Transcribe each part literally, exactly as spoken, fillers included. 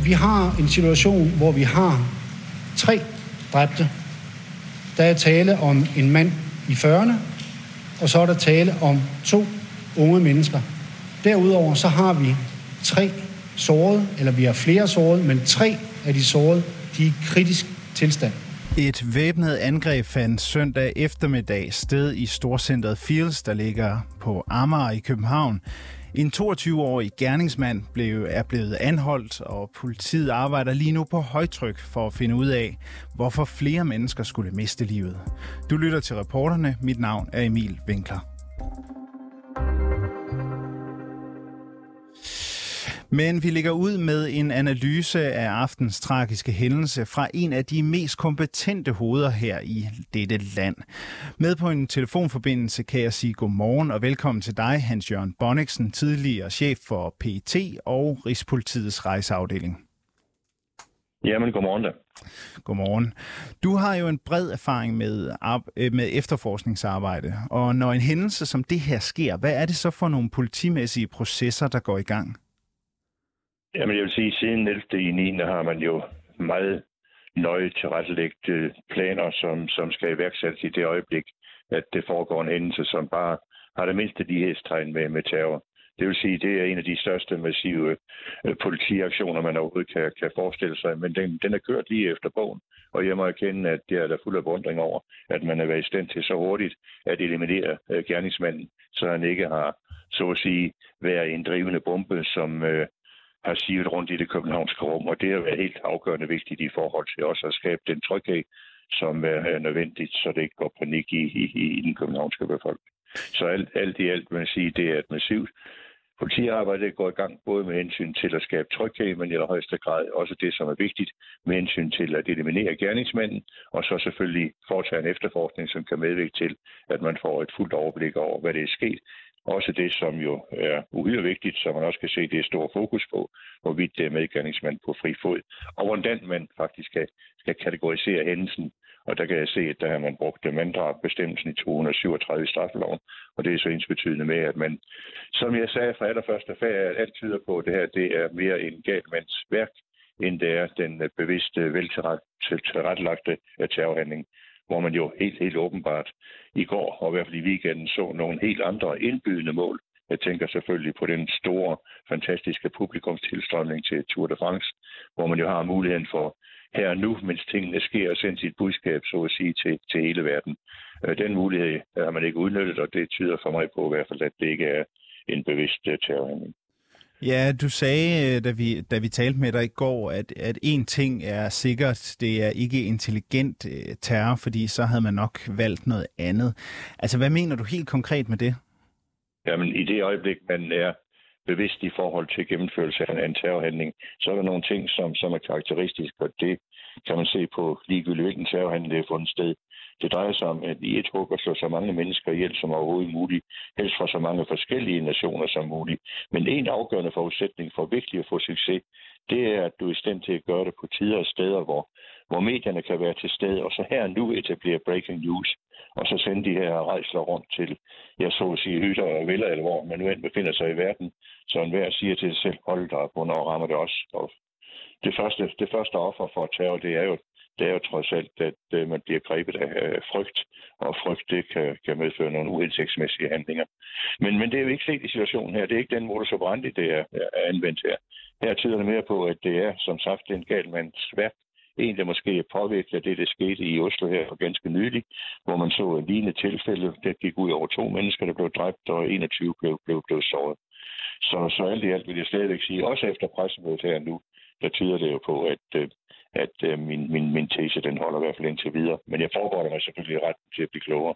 vi har en situation, hvor vi har tre dræbte. Der er tale om en mand i fyrrerne, og så er der tale om to unge mennesker. Derudover så har vi tre sårede, eller vi har flere sårede, men tre af de sårede, de er i kritisk tilstand. Et væbnet angreb fandt søndag eftermiddag sted i storcentret Fields, der ligger på Amager i København. En toogtyve-årig gerningsmand blev, er blevet anholdt, og politiet arbejder lige nu på højtryk for at finde ud af, hvorfor flere mennesker skulle miste livet. Du lytter til Reporterne. Mit navn er Emil Winkler. Men vi lægger ud med en analyse af aftens tragiske hændelse fra en af de mest kompetente hoveder her i dette land. Med på en telefonforbindelse kan jeg sige godmorgen og velkommen til dig, Hans-Jørgen Bonniksen, tidligere chef for P E T og Rigspolitiets rejseafdeling. Jamen, godmorgen da. Godmorgen. Du har jo en bred erfaring med, med efterforskningsarbejde, og når en hændelse som det her sker, hvad er det så for nogle politimæssige processer, der går i gang? Jamen, jeg vil sige, at siden ellevte i niende har man jo meget nøje tilrettelagt planer, som, som skal iværksættes i det øjeblik, at det foregår en hændelse, som bare har det mindste lighedstegn med, med terror. Det vil sige, at det er en af de største massive øh, politiaktioner, man overhovedet kan, kan forestille sig. Men den, den er kørt lige efter bogen, og jeg må erkende, at jeg er der fuld af beundring over, at man er været i stand til så hurtigt at eliminere øh, gerningsmanden, så han ikke har, så at sige, været en drivende bombe, som øh, har sivet rundt i det københavnske rum. Og det har været helt afgørende vigtigt i forhold til også at skabe den tryghed, som er nødvendigt, så det ikke går panik i, i, i den københavnske befolkning. Så alt, alt i alt vil jeg sige, det er et massivt politiarbejde, der går i gang både med hensyn til at skabe tryghed, men i højeste grad også det, som er vigtigt med hensyn til at eliminere gerningsmanden, og så selvfølgelig foretage en efterforskning, som kan medvirke til, at man får et fuldt overblik over, hvad det er sket. Også det, som jo er uhyre vigtigt, så man også kan se, det er stor fokus på, hvorvidt det er medgerningsmand på fri fod, og hvordan man faktisk skal, skal kategorisere hændelsen. Og der kan jeg se, at der har man brugt manddrabbestemmelsen i to hundrede og syvogtredive i straffeloven, og det er så ensbetydende med, at man, som jeg sagde fra allerførste færd, alt tyder på, at det her det er mere en gal mands værk, end det er den bevidste, veltilrettelagte terrorhandling, hvor man jo helt, helt åbenbart i går, og i hvert fald i weekenden, så nogle helt andre indbydende mål. Jeg tænker selvfølgelig på den store, fantastiske publikumstilstrømning til Tour de France, hvor man jo har muligheden for her og nu, mens tingene sker, og sende sit budskab, så at sige, til, til hele verden. Den mulighed har man ikke udnyttet, og det tyder for mig på i hvert fald, at det ikke er en bevidst terrorhandling. Ja, du sagde, da vi, da vi talte med dig i går, at, at én ting er sikkert, det er ikke intelligent terror, fordi så havde man nok valgt noget andet. Altså, hvad mener du helt konkret med det? Jamen, i det øjeblik, man er bevidst i forhold til gennemførelse af en terrorhandling, så er der nogle ting, som, som er karakteristiske, og det kan man se på ligegyldigt, hvilken terrorhandling det er fundet sted. Det drejer sig om, at i et hug at slå så mange mennesker ihjel som overhovedet muligt, helst fra så mange forskellige nationer som muligt. Men en afgørende forudsætning for virkelig at få succes, det er, at du er i stand til at gøre det på tider og steder, hvor, hvor medierne kan være til stede, og så her nu etablere breaking news, og så sende de her rejsler rundt til, jeg så at sige, hytter og viller, eller hvor man nu end befinder sig i verden, så enhver siger til sig selv, hold da op, hvornår rammer det også. Og det første, det første offer for terror, det er jo Det er jo trods alt, at man bliver grebet af frygt, og frygt det kan, kan medføre nogle uhensigtsmæssige handlinger. Men, men det er jo ikke set i situationen her. Det er ikke den modus operandi, det er, er anvendt her. Her tyder det mere på, at det er, som sagt, en gal mands værk. En, der måske er påvirket af det, der skete i Oslo her for ganske nylig, hvor man så et lignende tilfælde, der gik ud over to mennesker, der blev dræbt, og enogtyve blev, blev, blev såret. Så, så alt i alt vil jeg stadigvæk sige, også efter pressemødet her nu, der tyder det jo på, at at øh, min, min, min tese, den holder i hvert fald indtil videre. Men jeg forbereder mig selvfølgelig ret til at blive klogere.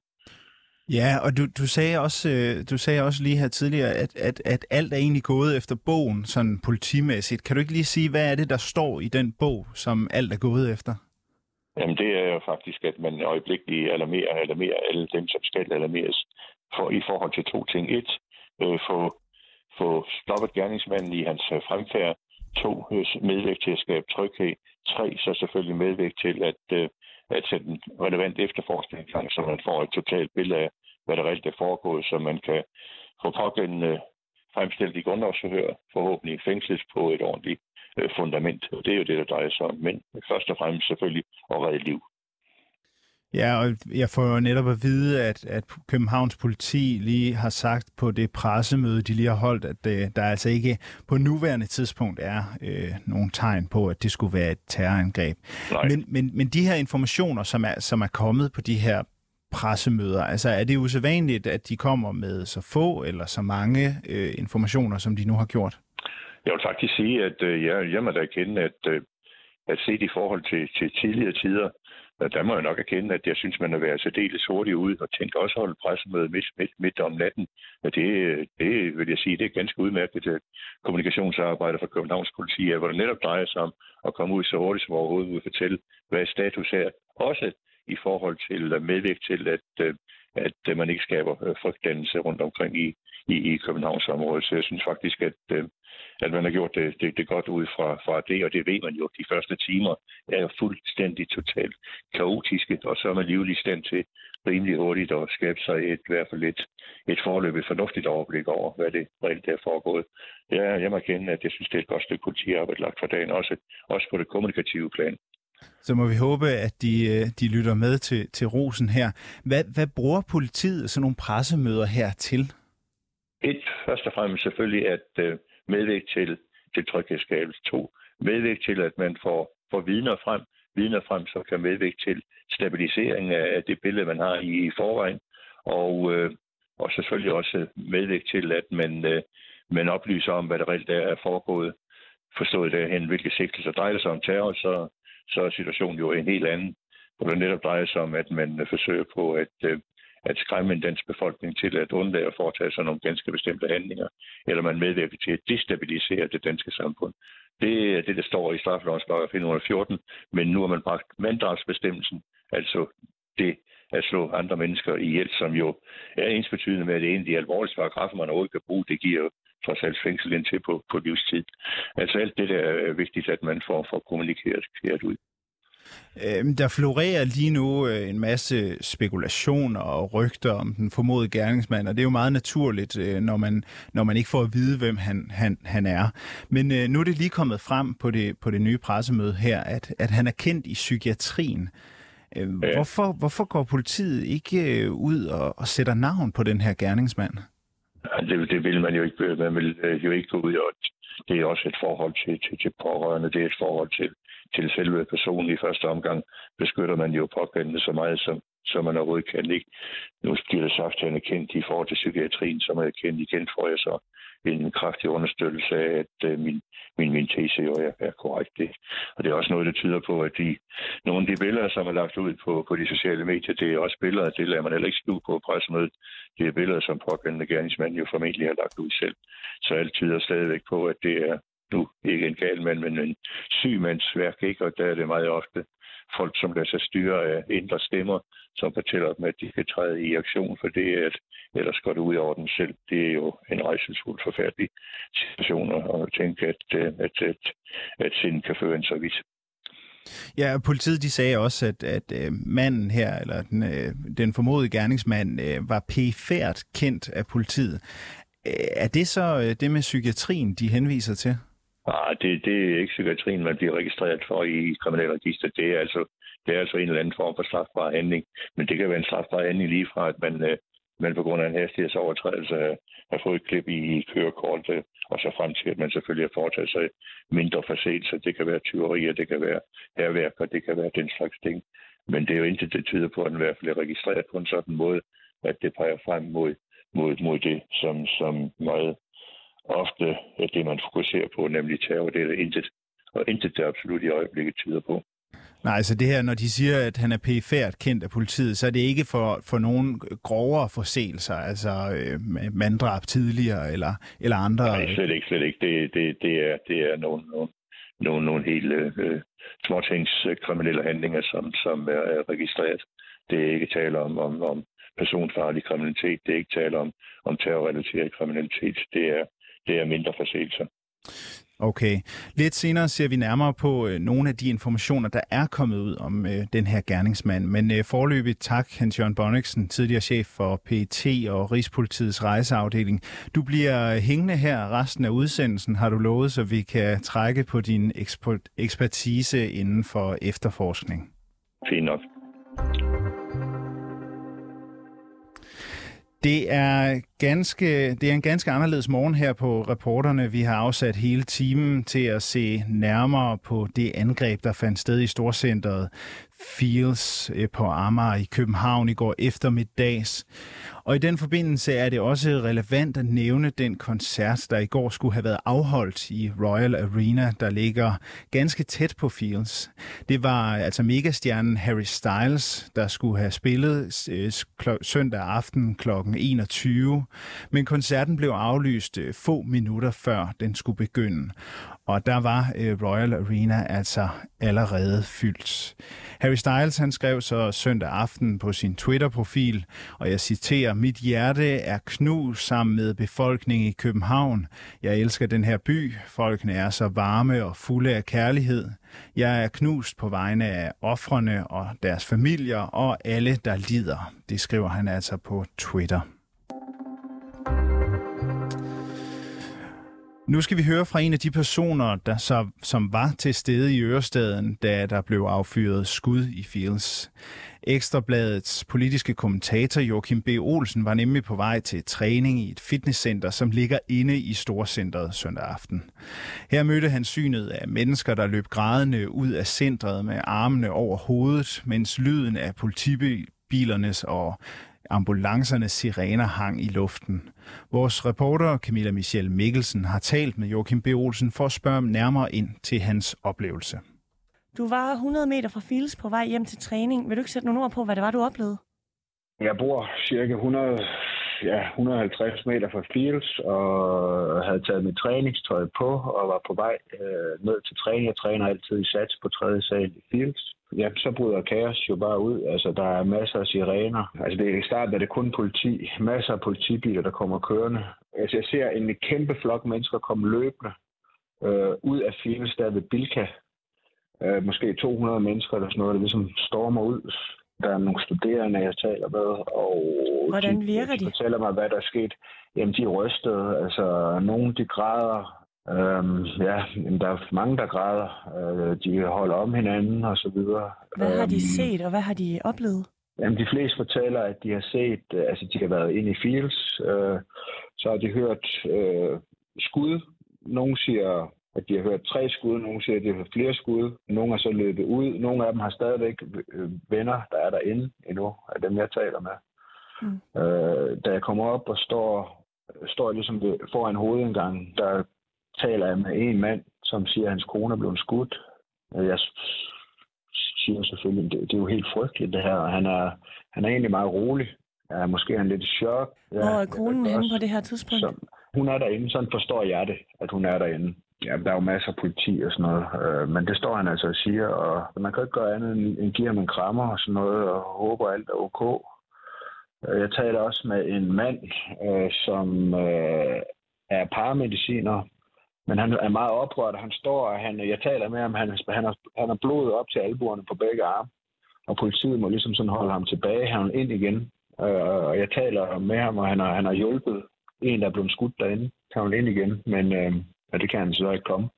Ja, og du, du, sagde også, du sagde også lige her tidligere, at, at, at alt er egentlig gået efter bogen, sådan politimæssigt. Kan du ikke lige sige, hvad er det, der står i den bog, som alt er gået efter? Jamen, det er jo faktisk, at man øjeblikkeligt alarmerer, alarmerer alle dem, som skal alarmeres for, i forhold til to ting. Et, øh, få, få stoppet gerningsmanden i hans fremfærd. To, medvirk til at skabe tryghed. Tre, så selvfølgelig medvirk til at, uh, at sætte en relevant efterforskning i gang, så man får et totalt billede af, hvad der reelt er foregået, så man kan få pågældende fremstillet i grundlovsforhør, forhåbentlig fængsles på et ordentligt øh, fundament. Og det er jo det, der drejer sig om. Men først og fremmest selvfølgelig at redde liv. Ja, og jeg får jo netop at vide, at, at Københavns politi lige har sagt på det pressemøde, de lige har holdt, at øh, der altså ikke på nuværende tidspunkt er øh, nogen tegn på, at det skulle være et terrorangreb. Men, men, men de her informationer, som er, som er kommet på de her pressemøder, altså er det usædvanligt, at de kommer med så få eller så mange øh, informationer, som de nu har gjort? Jeg vil faktisk sige, at øh, jeg, jeg må da erkende, at, øh, at set i forhold til, til tidligere tider, der må jeg nok erkende, at jeg synes, man har været særdeles hurtigt ud og tænkt også holde pressemøde midt, midt, midt om natten. Og det, det vil jeg sige, det er ganske udmærket kommunikationsarbejde for Københavns politi, hvor det netop drejer sig om at komme ud så hurtigt som overhovedet ud og fortælle, hvad er status er. Også i forhold til medvirke til, at, at man ikke skaber frygtdannelse rundt omkring i, i, i Københavns område. Så jeg synes faktisk, at, at man har gjort det, det, det godt ud fra, fra det, og det ved man jo. De første timer er jo fuldstændig totalt kaotiske, og så er man livlig i stand til rimelig hurtigt at skabe sig et, i hvert fald et, et forløb, et fornuftigt overblik over, hvad det reelt er foregået. Jeg, jeg må kende, at jeg synes, det er et godt stykke politiarbejde lagt for dagen, også, også på det kommunikative plan. Så må vi håbe, at de, de lytter med til, til rosen her. Hvad, hvad bruger politiet sådan nogle pressemøder her til? Et, først og fremmest selvfølgelig at øh, medvirke til, til tryghedsskabelse. To, medvirke til, at man får, får vidner frem. Vidner frem, som kan medvirke til stabilisering af det billede, man har i, i forvejen. Og, øh, og selvfølgelig også medvirke til, at man, øh, man oplyser om, hvad der reelt er, er foregået. Forstået derhen, hvilke sigtelser drejer det sig om terror, så så er situationen jo en helt anden. Hvor det netop drejer sig om, at man forsøger på at, at skræmme en dansk befolkning til at undlade at foretage sig nogle ganske bestemte handlinger, eller man medvirker til at destabilisere det danske samfund. Det er det, der står i straffelovens paragraf et hundrede og fjorten, men nu har man bragt manddrabsbestemmelsen, altså det at slå andre mennesker ihjel, som jo er ensbetydende med, at det er en af de alvorligste paragrafer, man overhovedet kan bruge. Det giver jo trods alt fængsel indtil på, på livstid. Altså alt det der er vigtigt, at man får, får kommunikeret ud. Der florerer lige nu en masse spekulationer og rygter om den formodede gerningsmand, og det er jo meget naturligt, når man, når man ikke får at vide, hvem han, han, han er. Men nu er det lige kommet frem på det, på det nye pressemøde her, at, at han er kendt i psykiatrien. Hvorfor, hvorfor går politiet ikke ud og, og sætter navn på den her gerningsmand? Det, det vil man jo ikke. Man vil jo ikke gå ud, og det er også et forhold til, til, til pårørende. Det er et forhold til, til selve personen. I første omgang beskytter man jo pågældende så meget, som, som man overhovedet kan. Ikke? Nu bliver det sagt, at han er kendt i forhold til psykiatrien, som er kendt igen, får jeg så en kraftig understøttelse af, at uh, min, min, min tese jo er, er korrekt. Det. Og det er også noget, der tyder på, at de, nogle af de billeder, som er lagt ud på, på de sociale medier, det er også billeder, det lader man heller ikke skjule på pressemødet. Det er billeder, som pågældende gerningsmand jo formentlig har lagt ud selv. Så alt tyder stadigvæk på, at det er nu ikke en gal mand, men en syg mands værk, ikke? Og der er det meget ofte folk, som lader sig styre af indre stemmer, som fortæller dem, at de kan træde i aktion for det, at ellers går det ud over dem selv. Det er jo en rejselsfuld forfærdelig situation at tænke, at, at, at, at sind kan føre en så vidt. Ja, politiet de sagde også, at, at øh, manden her, eller den, øh, den formodede gerningsmand, øh, var pæfærd kendt af politiet. Er det så øh, det med psykiatrien, de henviser til? Nej, det, det er ikke psykiatrien, man bliver registreret for i kriminalregister. Det er altså det er altså en eller anden form for strafbar handling. Men det kan være en strafbar handling lige fra, at man, øh, man på grund af en hastighedsovertrædelse har fået et klip i kørekortet, og så frem til, at man selvfølgelig har foretaget sig mindre forseelser. Det kan være tyverier, det kan være hærværk, og det kan være den slags ting. Men det er jo intet, det tyder på, at den i hvert fald er registreret på en sådan måde, at det peger frem mod, mod, mod det, som, som meget ofte er det, man fokuserer på, nemlig terror. Det er intet, og intet, der absolut i øjeblikket tyder på. Nej, så det her, når de siger, at han er pæfærd kendt af politiet, så er det ikke for, for nogen grovere forseelser, altså øh, manddrab tidligere eller, eller andre? Nej, slet ikke, slet ikke. Det, det, det, er, det er nogle, nogle, nogle, nogle helt øh, småtings kriminelle handlinger, som, som er registreret. Det er ikke tale om, om, om personfarlig kriminalitet. Det er ikke tale om, om terrorrelateret kriminalitet. Det er, det er mindre forseelser. Okay. Lidt senere ser vi nærmere på øh, nogle af de informationer, der er kommet ud om øh, den her gerningsmand. Men øh, foreløbigt tak, Hans Jørgen Bonniksen, tidligere chef for P E T og Rigspolitiets rejseafdeling. Du bliver hængende her resten af udsendelsen, har du lovet, så vi kan trække på din eksper- ekspertise inden for efterforskning. Fint nok. Det er, ganske, det er en ganske anderledes morgen her på Reporterne. Vi har afsat hele timen til at se nærmere på det angreb, der fandt sted i storcenteret Fields på Amager i København i går eftermiddags. Og i den forbindelse er det også relevant at nævne den koncert, der i går skulle have været afholdt i Royal Arena, der ligger ganske tæt på Fields. Det var altså megastjernen Harry Styles, der skulle have spillet søndag aften klokken enogtyve, men koncerten blev aflyst få minutter før den skulle begynde. Og der var Royal Arena altså allerede fyldt. Harry Styles han skrev så søndag aften på sin Twitter-profil, og jeg citerer, mit hjerte er knust sammen med befolkningen i København. Jeg elsker den her by. Folkene er så varme og fulde af kærlighed. Jeg er knust på vegne af ofrene og deres familier og alle, der lider. Det skriver han altså på Twitter. Nu skal vi høre fra en af de personer, der så, som var til stede i Ørestaden, da der blev affyret skud i Fields. Ekstrabladets politiske kommentator Joachim B. Olsen var nemlig på vej til træning i et fitnesscenter, som ligger inde i Storcentret søndag aften. Her mødte han synet af mennesker, der løb grædende ud af centret med armene over hovedet, mens lyden af politibilernes og ambulancernes sirener hang i luften. Vores reporter Camilla Michelle Mikkelsen har talt med Joachim B. Olsen for at spørge nærmere ind til hans oplevelse. Du var hundrede meter fra Fields på vej hjem til træning. Vil du ikke sætte nogle ord på, hvad det var, du oplevede? Jeg bor cirka hundrede, ja, et hundrede og halvtreds meter fra Fields og havde taget mit træningstøj på og var på vej øh, ned til træning. Jeg træner altid i sats på tredje sal i Fields. Ja, så bryder kaos jo bare ud. Altså, der er masser af sirener. Altså, det er i starten er det kun politi. Masser af politibiler, der kommer kørende. Altså, jeg ser en kæmpe flok mennesker komme løbende øh, ud af Fields der ved Bilka. Øh, måske to hundrede mennesker eller sådan noget, der ligesom stormer ud. Der er nogle studerende, jeg taler med, og hvordan virker de? de fortæller mig, hvad der er sket. Jamen, de er rystede. Altså, nogen de græder. Øhm, ja, der er mange, der græder. Øh, de holder om hinanden og så videre. Hvad har de øhm, set, og hvad har de oplevet? Jamen, de fleste fortæller, at de har set, altså de har været inde i Fields, øh, så har de hørt øh, skud. Nogle siger, at de har hørt tre skud, nogle siger, at de har hørt flere skud. Nogle er så løbet ud. Nogle af dem har stadigvæk venner, der er derinde endnu, af dem, jeg taler med. Mm. Øh, da jeg kommer op og står, står ligesom foran hovedindgangen, der taler jeg med en mand, som siger, at hans kone er blevet skudt. Jeg siger selvfølgelig, det, det er jo helt frygteligt det her. Han er, han er egentlig meget rolig. Ja, måske er han lidt i chok. Ja, hvor er konen henne på det her tidspunkt? Så, hun er derinde, sådan forstår jeg det, at hun er derinde. Ja, der er jo masser af politi og sådan noget, øh, men det står han altså og siger, og man kan ikke gøre andet end give ham en krammer og sådan noget, og håber alt er ok. Jeg taler også med en mand, øh, som øh, er paramediciner, men han er meget oprørt, han står, og han, jeg taler med ham, han, han, har, han har blodet op til albuerne på begge arme, og politiet må ligesom sådan holde ham tilbage, han ind igen, og jeg taler med ham, og han har, han har hjulpet en, der er blevet skudt derinde, kan han ind igen, men øh, ja, det kan han så ikke komme.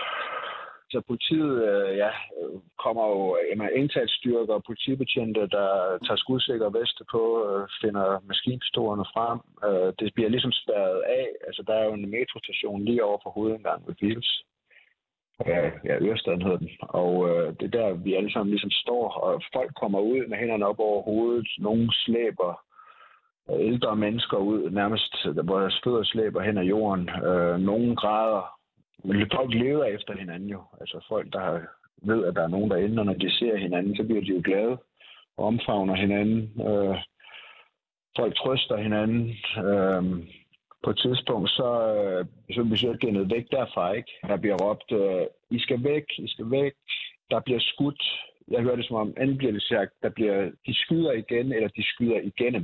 Så politiet øh, ja, kommer jo med indsatsstyrker og politibetjente, der tager skudsikre veste på, øh, finder maskinpistolerne frem. Øh, det bliver ligesom spærret af. Altså, der er jo en metrostation lige over for hovedindgangen ved Fields. Øh, ja, Ørestaden hedder den. Og øh, det er der, vi alle sammen ligesom står, og folk kommer ud med hænderne op over hovedet. Nogle slæber ældre mennesker ud, nærmest hvor deres fødder slæber hen ad jorden. Øh, nogle græder. Men folk lever efter hinanden jo. Altså folk, der ved, at der er nogen derinde, og når de ser hinanden, så bliver de jo glade og omfavner hinanden. Øh, folk trøster hinanden. Øh, på et tidspunkt, så, øh, så vi så gennet væk derfra, ikke? Der bliver råbt, øh, I skal væk, I skal væk. Der bliver skudt. Jeg hører det som om, enten bliver det sagt, der bliver, de skyder igen, eller de skyder igennem.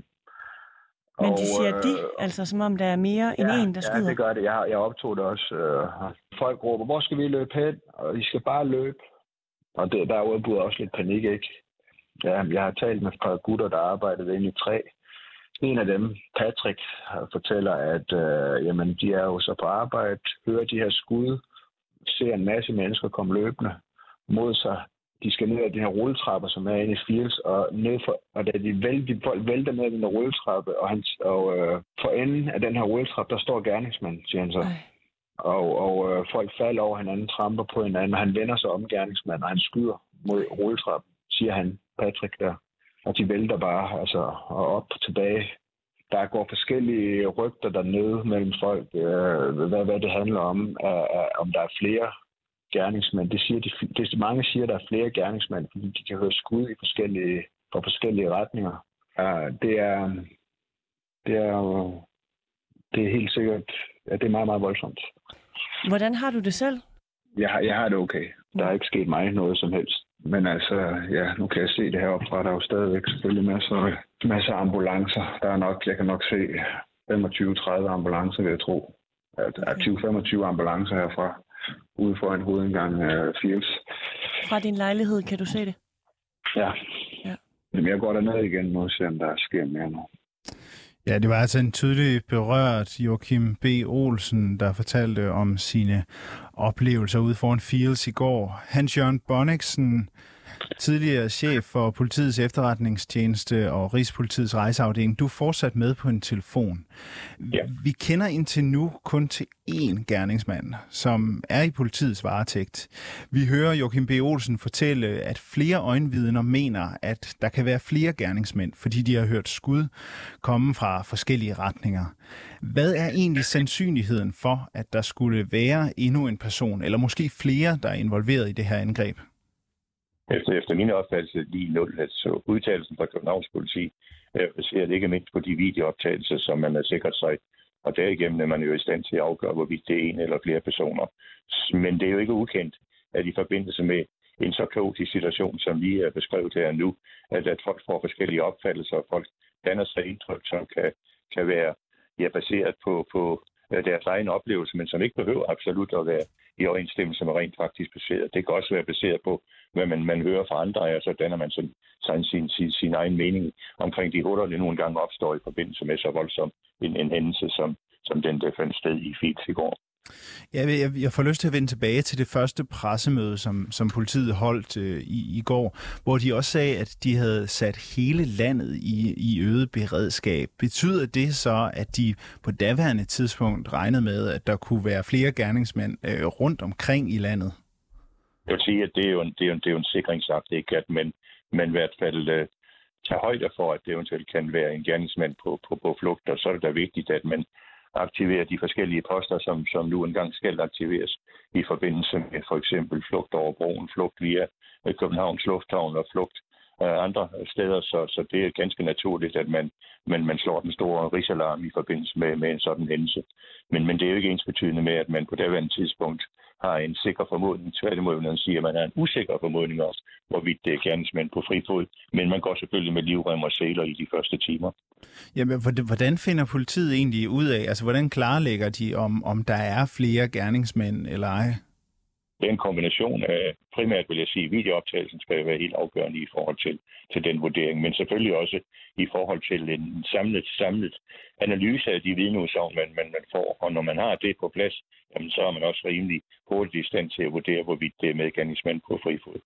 Men de siger og, øh, de, altså som om der er mere end ja, en, der skyder? Ja, det gør det. Jeg, jeg optog det også. Øh, folk råber, hvor skal vi løbe hen? Og I skal bare løbe. Og det, der er udbudt også lidt panik, ikke? Ja, jeg har talt med et par gutter, der arbejdede inde i træ. En af dem, Patrick, fortæller, at øh, jamen, de er jo så på arbejde, hører de her skud, ser en masse mennesker komme løbende mod sig. De skal ned ad de her rulletrapper, som er inde i Fields, og, ned for, og da de, vælter, de folk vælter ned ad den her rulletrappe, og, han, og øh, for enden af den her rulletrappe, der står gerningsmanden, siger han så. Ej. Og, og øh, folk falder over hinanden, tramper på hinanden, og han vender sig om gerningsmanden, og han skyder mod rulletrappen, siger han, Patrick der. Og de vælter bare, altså, og op tilbage. Der går forskellige rygter dernede mellem folk, øh, hvad, hvad det handler om, øh, om der er flere gerningsmænd. Det siger de, det, mange siger, at der er flere gerningsmænd, fordi de kan høre skud i forskellige, fra forskellige retninger. Uh, det er, det er, det er helt sikkert, ja, det er meget, meget voldsomt. Hvordan har du det selv? Jeg har, jeg har det okay. Der er ikke sket mig noget som helst. Men altså, ja, nu kan jeg se det heroppe fra. Der er jo stadigvæk selvfølgelig masser, masser af ambulancer. Der er nok, jeg kan nok se femogtyve til tredive ambulancer, vil jeg tro. Der er tyve til femogtyve ambulancer herfra, ude foran hovedindgangen af Fields. Fra din lejlighed, kan du se det? Ja. ja. Men jeg går derned igen nu og ser, om der sker mere nu. Ja, det var altså en tydeligt berørt Joachim B. Olsen, der fortalte om sine oplevelser ude foran Fields i går. Hans-Jørgen Bonniksen, tidligere chef for Politiets Efterretningstjeneste og Rigspolitiets rejseafdeling. Du er fortsat med på en telefon. Ja. Vi kender indtil nu kun til én gerningsmand, som er i politiets varetægt. Vi hører Joachim B. Olsen fortælle, at flere øjenvidner mener, at der kan være flere gerningsmænd, fordi de har hørt skud komme fra forskellige retninger. Hvad er egentlig sandsynligheden for, at der skulle være endnu en person, eller måske flere, der er involveret i det her angreb? Efter, efter min opfattelse lige nul, altså udtalelsen fra Københavns politi øh, baserer det ikke mindst på de videooptagelser, som man har sikret sig. Og derigennem er man jo i stand til at afgøre, hvorvidt det er en eller flere personer. Men det er jo ikke ukendt, at i forbindelse med en så kaotisk situation, som vi er beskrevet her nu, at, at folk får forskellige opfattelser, og folk danner sig indtryk, som kan, kan være ja, baseret på, på deres egen oplevelse, men som ikke behøver absolut at være i overensstemmelse med rent faktisk baseret. Det kan også være baseret på, hvad man, man hører fra andre, og så danner man sådan, sådan sin, sin, sin egen mening omkring de huller, der nogle gange opstår i forbindelse med så voldsom en, en hændelse, som, som den, der fandt sted i Fields i går. Jeg, jeg, jeg får lyst til at vende tilbage til det første pressemøde, som, som politiet holdt øh, i, i går, hvor de også sagde, at de havde sat hele landet i, i øget beredskab. Betyder det så, at de på daværende tidspunkt regnede med, at der kunne være flere gerningsmænd øh, rundt omkring i landet? Jeg vil sige, at det er jo en, det er jo en, det er jo en sikringsakt, ikke? At man, man i hvert fald øh, tager højde for, at det eventuelt kan være en gerningsmand på, på, på flugt, og så er det da vigtigt, at man aktivere de forskellige poster, som, som nu engang skal aktiveres i forbindelse med for eksempel flugt over broen, flugt via Københavns Lufthavn og flugt uh, andre steder. Så, så det er ganske naturligt, at man, man, man slår den store rigsalarm i forbindelse med, med en sådan hændelse. Men, men det er jo ikke ensbetydende med, at man på daværende tidspunkt har en sikker formodning. Tværtimod, når man siger, at man har en usikker formodning også, hvorvidt det er gerningsmænd på fri fod. Men man går selvfølgelig med livrem og seler i de første timer. Jamen, hvordan finder politiet egentlig ud af, altså hvordan klarlægger de, om, om der er flere gerningsmænd eller ej? Det er en kombination af, primært vil jeg sige, videooptagelsen skal være helt afgørende i forhold til, til den vurdering, men selvfølgelig også i forhold til en samlet, samlet analyse af de vidneudsagn, man, man, man får. Og når man har det på plads, jamen, så er man også rimelig hurtigt i stand til at vurdere, hvorvidt det er medgerningsmænd på fri fod.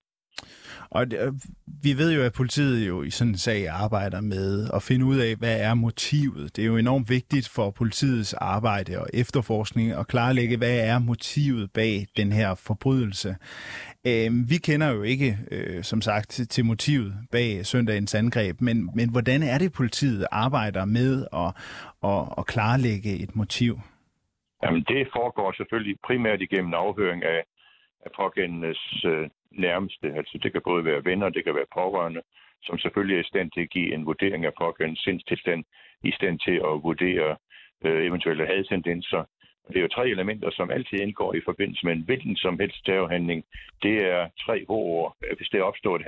Og øh, vi ved jo, at politiet jo i sådan en sag arbejder med at finde ud af, hvad er motivet. Det er jo enormt vigtigt for politiets arbejde og efterforskning at klarlægge, hvad er motivet bag den her forbrydelse. Øh, vi kender jo ikke, øh, som sagt, til motivet bag søndagens angreb, men, men hvordan er det, politiet arbejder med at, at, at klarlægge et motiv? Jamen, det foregår selvfølgelig primært igennem afhøring af af pågældendes øh, nærmeste. Altså det kan både være venner, det kan være pårørende, som selvfølgelig er i stand til at give en vurdering af pågældendes sindstilstand, i stand til at vurdere øh, eventuelle hadtendenser. Det er jo tre elementer, som altid indgår i forbindelse med en hvilken som helst terrorhandling. Det er tre ord. Hvis det opstår et had,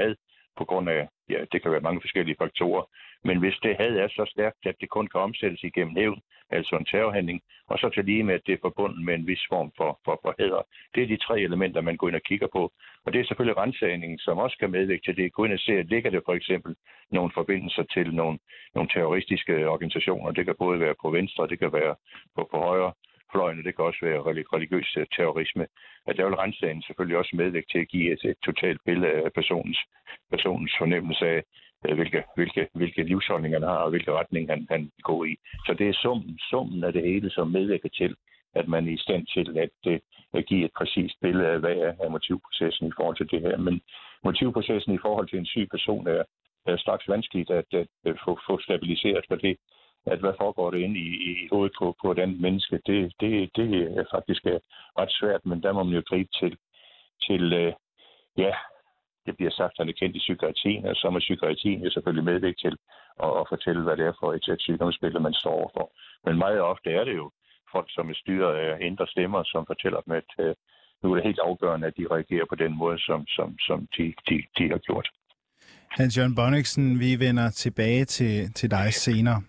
på grund af, ja, det kan være mange forskellige faktorer. Men hvis det had er så stærkt, at det kun kan omsættes igennem hævn, altså en terrorhandling, og så til lige med, at det er forbundet med en vis form for, for, for hæder. Det er de tre elementer, man går ind og kigger på. Og det er selvfølgelig ransagningen, som også kan medvirke til det. Gå ind og se, at ligger det for eksempel nogle forbindelser til nogle, nogle terroristiske organisationer. Det kan både være på venstre, det kan være på, på højre fløjene, det kan også være religiøs terrorisme. At der vil ransagningen selvfølgelig også medvirke til at give et, et totalt billede af personens, personens fornemmelse af, hvilke, hvilke, hvilke livsholdninger han har, og hvilke retning han, han går i. Så det er summen, summen af det hele, som medvirker til, at man er i stand til at, at give et præcist billede af, hvad er motivprocessen i forhold til det her. Men motivprocessen i forhold til en syg person er, er straks vanskeligt at, at, at få, få stabiliseret, for det, at hvad foregår det inde i, i hovedet på, på den menneske, det, det, det er faktisk ret svært, men der må man jo gribe til, til øh, ja, det bliver sagt, at han er kendt i psykiatrien, og så må psykiatrien jo selvfølgelig medvirke til at, at fortælle, hvad det er for et, et sygdomsbillede, man står overfor. Men meget ofte er det jo folk, som er styret af indre stemmer, som fortæller dem, at øh, nu er det helt afgørende, at de reagerer på den måde, som, som, som de, de, de har gjort. Hans Jørgen Bonniksen, vi vender tilbage til, til dig senere.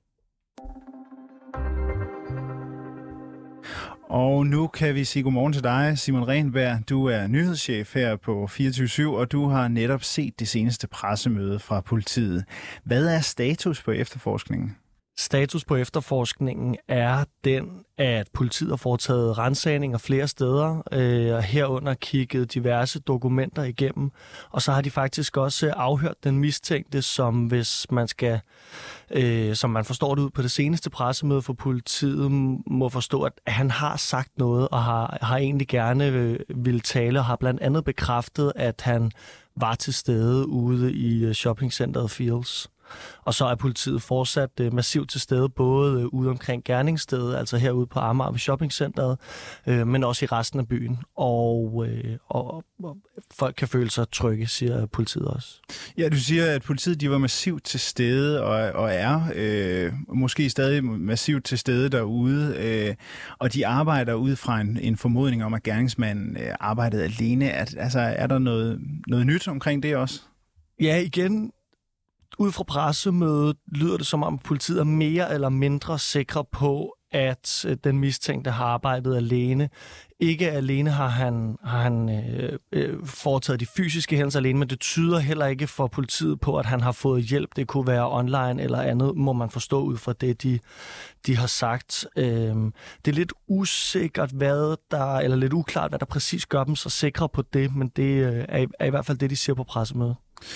Og nu kan vi sige godmorgen til dig, Simon Renberg. Du er nyhedschef her på fireogtyve syv, og du har netop set det seneste pressemøde fra politiet. Hvad er status på efterforskningen? Status på efterforskningen er den, at politiet har foretaget ransagninger flere steder, øh, herunder kigget diverse dokumenter igennem, og så har de faktisk også afhørt den mistænkte, som hvis man skal, øh, som man forstår det ud på det seneste pressemøde for politiet, må forstå, at han har sagt noget og har, har egentlig gerne øh, ville tale, og har blandt andet bekræftet, at han var til stede ude i shoppingcenteret Fields. Og så er politiet fortsat øh, massivt til stede, både øh, ude omkring gerningsstedet, altså herude på Amager ved shoppingcenteret, øh, men også i resten af byen. Og, øh, og, og folk kan føle sig trygge, siger politiet også. Ja, du siger, at politiet de var massivt til stede og, og er øh, måske stadig massivt til stede derude, øh, og de arbejder ud fra en, en formodning om, at gerningsmanden øh, arbejdede alene. At, altså, er der noget, noget nyt omkring det også? Ja, igen. Ud fra pressemødet lyder det som om politiet er mere eller mindre sikre på, at den mistænkte har arbejdet alene. Ikke alene har han, har han øh, øh, foretaget de fysiske hændelser alene, men det tyder heller ikke for politiet på, at han har fået hjælp. Det kunne være online eller andet, må man forstå ud fra det, de, de har sagt. Øh, det er lidt usikkert, hvad der, eller lidt uklart, hvad der præcis gør dem så sikre på det, men det øh, er, er i hvert fald det, de siger på pressemødet.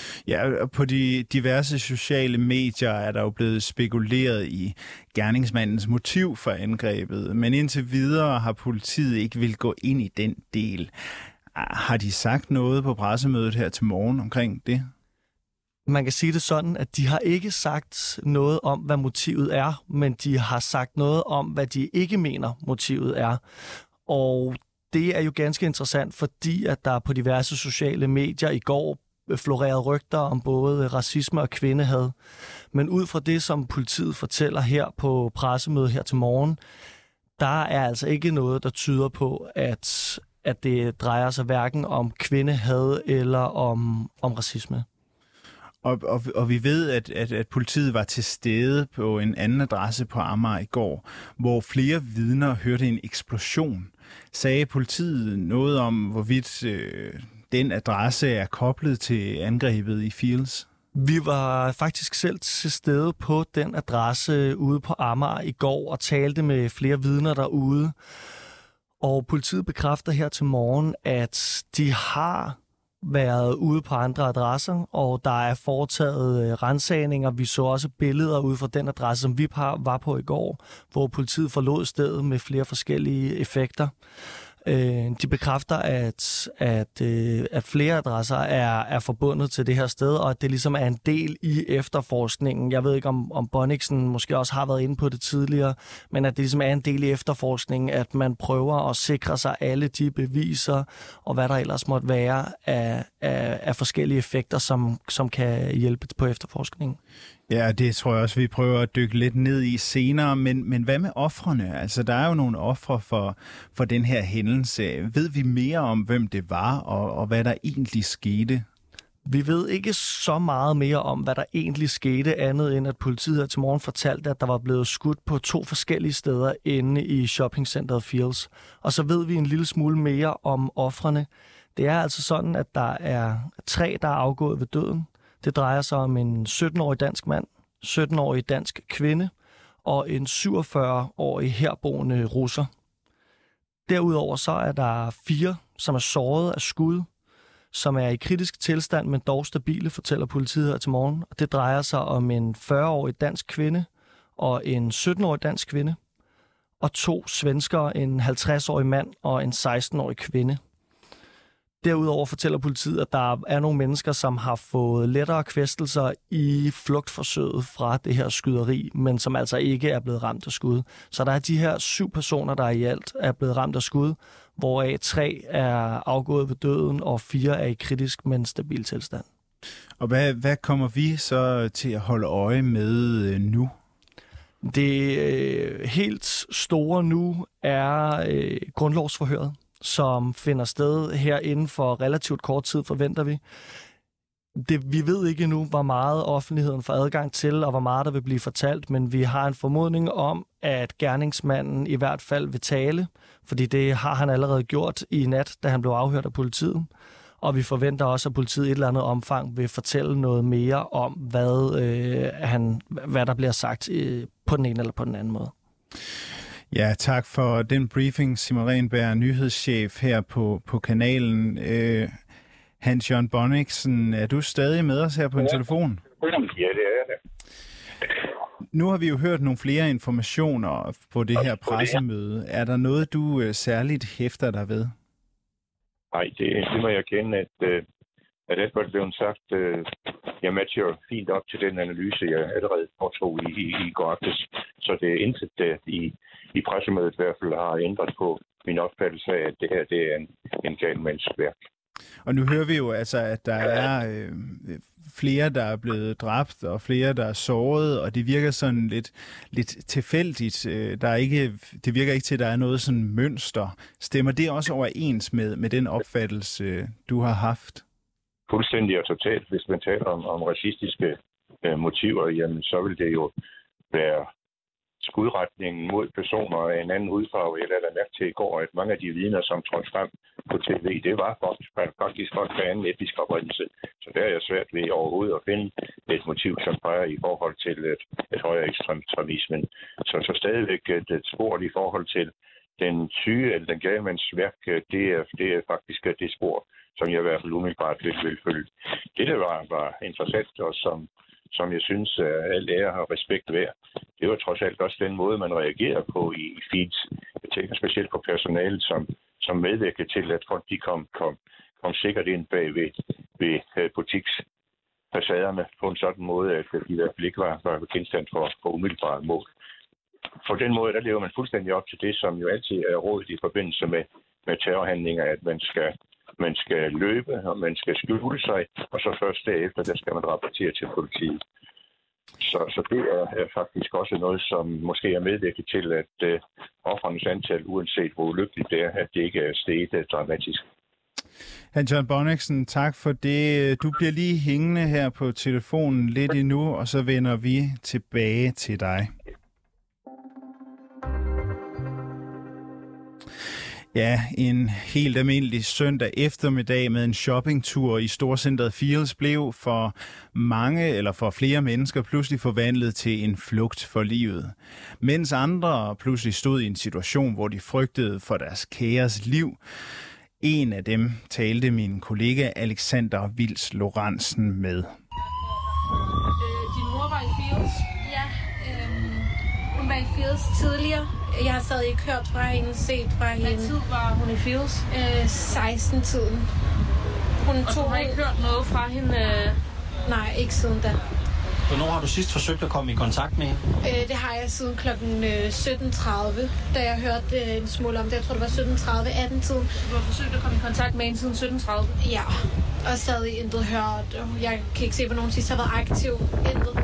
Ja, på de diverse sociale medier er der jo blevet spekuleret i gerningsmandens motiv for angrebet, men indtil videre har politiet ikke vil gå ind i den del. Har de sagt noget på pressemødet her til morgen omkring det? Man kan sige det sådan, at de har ikke sagt noget om, hvad motivet er, men de har sagt noget om, hvad de ikke mener, motivet er. Og det er jo ganske interessant, fordi at der på diverse sociale medier i går florerede rygter om både racisme og kvindehad. Men ud fra det, som politiet fortæller her på pressemødet her til morgen, der er altså ikke noget, der tyder på, at, at det drejer sig hverken om kvindehad eller om, om racisme. Og, og, og vi ved, at, at, at politiet var til stede på en anden adresse på Amager i går, hvor flere vidner hørte en eksplosion. Sagde politiet noget om, hvorvidt øh, den adresse er koblet til angrebet i Fields? Vi var faktisk selv til stede på den adresse ude på Amager i går og talte med flere vidner derude. Og politiet bekræfter her til morgen, at de har været ude på andre adresser, og der er foretaget ransagninger. Vi så også billeder ude fra den adresse, som vi var på i går, hvor politiet forlod stedet med flere forskellige effekter. De bekræfter, at, at, at flere adresser er, er forbundet til det her sted, og at det ligesom er en del i efterforskningen. Jeg ved ikke, om, om Bonniksen måske også har været inde på det tidligere, men at det ligesom er en del i efterforskningen, at man prøver at sikre sig alle de beviser, og hvad der ellers måtte være af, af, af forskellige effekter, som, som kan hjælpe på efterforskningen. Ja, det tror jeg også, vi prøver at dykke lidt ned i senere, men, men hvad med ofrene? Altså, der er jo nogle ofre for, for den her hændelse. Ved vi mere om, hvem det var, og, og hvad der egentlig skete? Vi ved ikke så meget mere om, hvad der egentlig skete, andet end at politiet her til morgen fortalte, at der var blevet skudt på to forskellige steder inde i shoppingcenteret Fields. Og så ved vi en lille smule mere om ofrene. Det er altså sådan, at der er tre, der er afgået ved døden. Det drejer sig om en sytten-årig dansk mand, sytten-årig dansk kvinde og en syvogfyrre-årig herboende russer. Derudover så er der fire, som er såret af skud, som er i kritisk tilstand, men dog stabile, fortæller politiet her til morgen. Det drejer sig om en fyrre-årig dansk kvinde og en sytten-årig dansk kvinde, og to svenskere, en halvtreds-årig mand og en seksten-årig kvinde. Derudover fortæller politiet, at der er nogle mennesker, som har fået lettere kvæstelser i flugtforsøget fra det her skyderi, men som altså ikke er blevet ramt af skud. Så der er de her syv personer, der i alt er blevet ramt af skud, hvoraf tre er afgået ved døden, og fire er i kritisk, men stabil tilstand. Og hvad, hvad kommer vi så til at holde øje med øh, nu? Det øh, helt store nu er øh, grundlovsforhøret, som finder sted her inden for relativt kort tid, forventer vi. Det, vi ved ikke endnu, hvor meget offentligheden får adgang til, og hvor meget der vil blive fortalt, men vi har en formodning om, at gerningsmanden i hvert fald vil tale, fordi det har han allerede gjort i nat, da han blev afhørt af politiet. Og vi forventer også, at politiet i et eller andet omfang vil fortælle noget mere om, hvad, øh, han, hvad der bliver sagt øh, på den ene eller på den anden måde. Ja, tak for den briefing, Simon Renberg, nyhedschef her på, på kanalen. Øh, Hans Jørgen Bonniksen, er du stadig med os her på en ja. telefon? Ja, det er det. Nu har vi jo hørt nogle flere informationer på det her pressemøde. Er der noget, du øh, særligt hæfter dig ved? Nej, det, det må jeg kende, at, øh, at alt, hvad der blev sagt, øh, jeg matcher fint op til den analyse, jeg allerede påtog i, i, i går aftes. Så det er intet, der i, i pressemødet i hvert fald har ændret på min opfattelse af, at det her det er en, en galmandsværk. Og nu hører vi jo altså, at der er øh, flere, der er blevet dræbt, og flere, der er såret, og det virker sådan lidt, lidt tilfældigt. Der er ikke, det virker ikke til, at der er noget sådan mønster. Stemmer det også overens med, med den opfattelse, du har haft? Fuldstændig og totalt. Hvis man taler om, om racistiske øh, motiver, jamen, så vil det jo være skudretningen mod personer af en anden hudfarve. Jeg lader mærke til i går, at mange af de vidner, som trådte frem på tv, det var faktisk godt for anden etnisk oprindelse. Så der er jeg svært ved overhovedet at finde et motiv, som peger i forhold til et, et højere ekstremisme. Så, så stadigvæk et, et spor i forhold til den syge eller den galmandsværk, det er, det er faktisk det spor, som jeg i hvert fald umiddelbart vil, vil følge. Det, der var, var interessant, og som som jeg synes, at alt ære og respekt værd. Det var trods alt også den måde, man reagerer på i feeds. Jeg tænker specielt på personalet, som, som medvirker til, at folk de kom, kom, kom sikkert ind bag ved, ved butiksfacaderne på en sådan måde, at de i hvert fald ikke var, var genstand for, for umiddelbare mål. På den måde, der lever man fuldstændig op til det, som jo altid er rådet i forbindelse med, med terrorhandlinger, at man skal Man skal løbe, og man skal skjule sig, og så først derefter, der skal man rapportere til politiet. Så, så det er, er faktisk også noget, som måske er medvirket til, at øh, offernes antal, uanset hvor ulykkeligt det er, at det ikke er steget dramatisk. Hans Jørgen Bonniksen, tak for det. Du bliver lige hængende her på telefonen lidt endnu, og så vender vi tilbage til dig. Ja, en helt almindelig søndag eftermiddag med en shoppingtur i storcenteret Fields blev for mange eller for flere mennesker pludselig forvandlet til en flugt for livet. Mens andre pludselig stod i en situation, hvor de frygtede for deres kæres liv. En af dem talte min kollega Alexander Vils Lorentzen med. Øh, din mor var i Fields? Ja, øh, hun var i Fields tidligere. Jeg har stadig ikke hørt fra hende, set fra hende. Hvad tid var hun i Fields? Øh, seksten-tiden. Hun Og tog du har ikke hørt noget fra hende? Øh... Nej, ikke siden da. Hvornår har du sidst forsøgt at komme i kontakt med hende? Øh, det har jeg siden klokken sytten tredive, da jeg hørte øh, en smule om det. Jeg tror, det var sytten tredive atten-tiden. Du har forsøgt at komme i kontakt med hende siden sytten tredive? Ja, og stadig intet hørt. Jeg kan ikke se, hvor nogen sidst har været aktiv. Intet.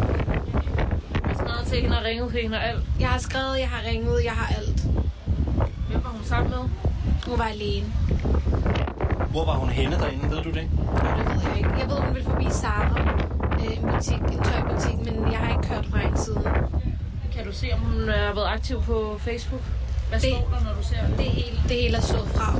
Til hende og ringet til hende og alt? Jeg har skrevet, jeg har ringet, jeg har alt. Hvem var hun sammen med? Hun var alene. Hvor var hun henne derinde, ved du det? Det ved jeg ikke. Jeg ved, hun ville forbi Zara, øh, en butik, en tøjbutik, men jeg har ikke kørt fra hende siden. Kan du se, om hun har været aktiv på Facebook? Hvad det, står der, når du ser det? Det hele, det hele er slået fra.